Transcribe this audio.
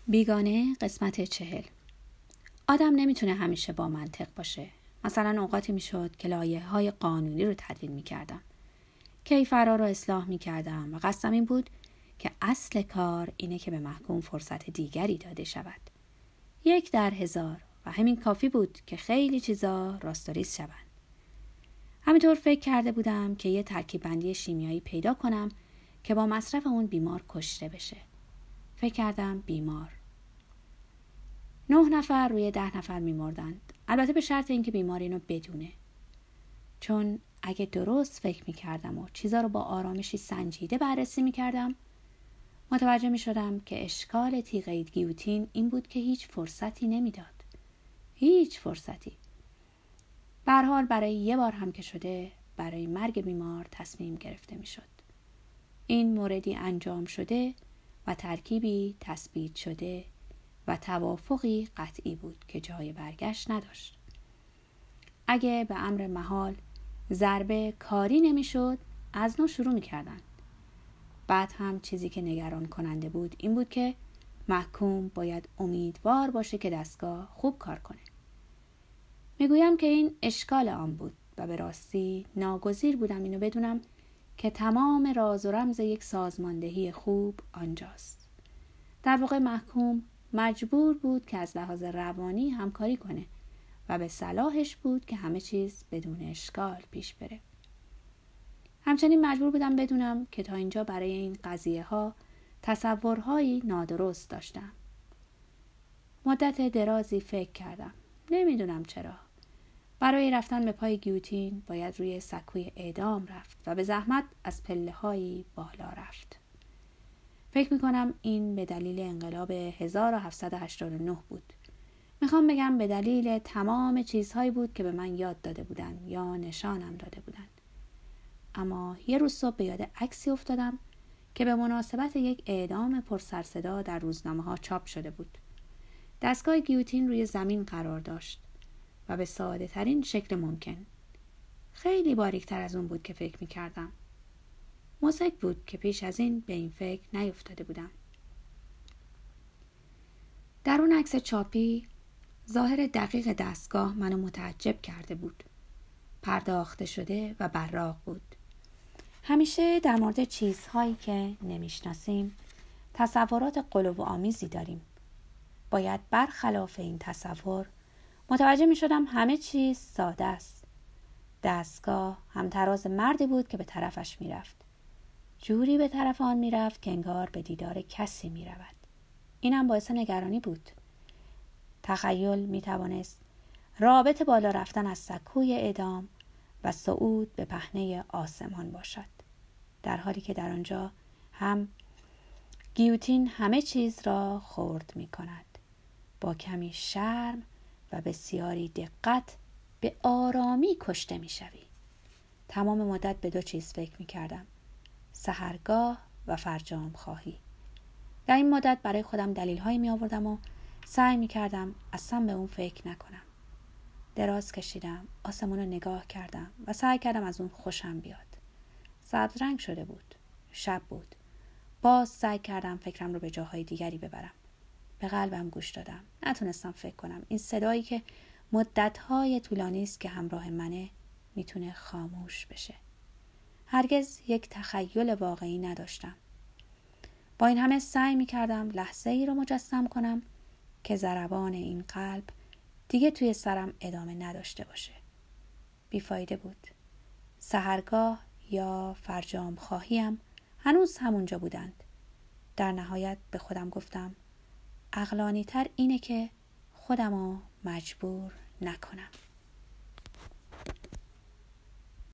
بیگانه قسمت 40. آدم نمیتونه همیشه با منطق باشه. مثلا اوقاتی میشد که لایحه‌های قانونی رو تدوین میکردم، کیفرا رو اصلاح میکردم و قصدم این بود که اصل کار اینه که به محکوم فرصت دیگری داده شود. 1 در 1000 و همین کافی بود که خیلی چیزا راستاریز شوند. همینطور فکر کرده بودم که یه ترکیب بندی شیمیایی پیدا کنم که با مصرف اون بیمار کشته بشه. فکر کردم بیمار. 9 نفر روی 10 نفر می‌مردند. البته به شرط اینکه بیمار اینو بدونه. چون اگه درست فکر می‌کردم و چیزا رو با آرامشی سنجیده بررسی می‌کردم، متوجه می‌شدم که اشکال تیغه گیوتین این بود که هیچ فرصتی نمیداد. هیچ فرصتی. به هر حال برای یه بار هم که شده، برای مرگ بیمار تصمیم گرفته می‌شد. این موردی انجام شده و ترکیبی تثبیت شده و توافقی قطعی بود که جای برگشت نداشت. اگه به امر محال ضربه کاری نمیشد، از نو شروع میکردن. بعد هم چیزی که نگران کننده بود این بود که محکوم باید امیدوار باشه که دستگاه خوب کار کنه. میگویم که این اشکال آن بود و به راستی ناگزیر بودم اینو بدونم که تمام راز و رمز یک سازماندهی خوب آنجاست. در واقع محکوم مجبور بود که از لحاظ روانی همکاری کنه و به صلاحش بود که همه چیز بدون اشکال پیش بره. همچنین مجبور بودم بدونم که تا اینجا برای این قضیه ها تصورهایی نادرست داشتم. مدت درازی فکر کردم. نمیدونم چرا. برای رفتن به پای گیوتین باید روی سکوی اعدام رفت و به زحمت از پله‌هایی بالا رفت. فکر میکنم این به دلیل انقلاب 1789 بود. میخوام بگم به دلیل تمام چیزهایی بود که به من یاد داده بودن یا نشانم داده بودن. اما یه روز صبح به یاد عکسی افتادم که به مناسبت یک اعدام پرسرصدا در روزنامه‌ها چاپ شده بود. دستگاه گیوتین روی زمین قرار داشت و به ساده ترین شکل ممکن. خیلی باریکتر از اون بود که فکر میکردم. مضحک بود که پیش از این به این فکر نیفتاده بودم. در اون عکس چاپی ظاهر دقیق دستگاه منو متعجب کرده بود. پرداخته شده و براق بود. همیشه در مورد چیزهایی که نمیشناسیم تصورات غلوآمیزی داریم. باید برخلاف این تصور متوجه میشدم همه چیز ساده است. دستگاه همتراز مردی بود که به طرفش میرفت. جوری به طرف آن میرفت که انگار به دیدار کسی میرود. اینم باعث نگرانی بود. تخیل میتوانست رابط بالا رفتن از سکوی اعدام و صعود به پهنه آسمان باشد، در حالی که در آنجا هم گیوتین همه چیز را خرد می کند. با کمی شرم و بسیاری دقت به آرامی کشته می شوی. تمام مدت به 2 چیز فکر می کردم: سحرگاه و فرجام خواهی. در این مدت برای خودم دلیل هایی می آوردم و سعی می کردم اصلا به اون فکر نکنم. دراز کشیدم، آسمون رو نگاه کردم و سعی کردم از اون خوشم بیاد. سبز رنگ شده بود. شب بود. باز سعی کردم فکرم رو به جاهای دیگری ببرم. به قلبم گوش دادم. نتونستم فکر کنم این صدایی که مدت‌های طولانی است که همراه منه میتونه خاموش بشه. هرگز یک تخیل واقعی نداشتم. با این همه سعی میکردم لحظه ای رو مجسم کنم که ضربان این قلب دیگه توی سرم ادامه نداشته باشه. بیفایده بود. سحرگاه یا فرجام خواهیم هنوز همونجا بودند. در نهایت به خودم گفتم عقلانی تر اینه که خودمو مجبور نکنم.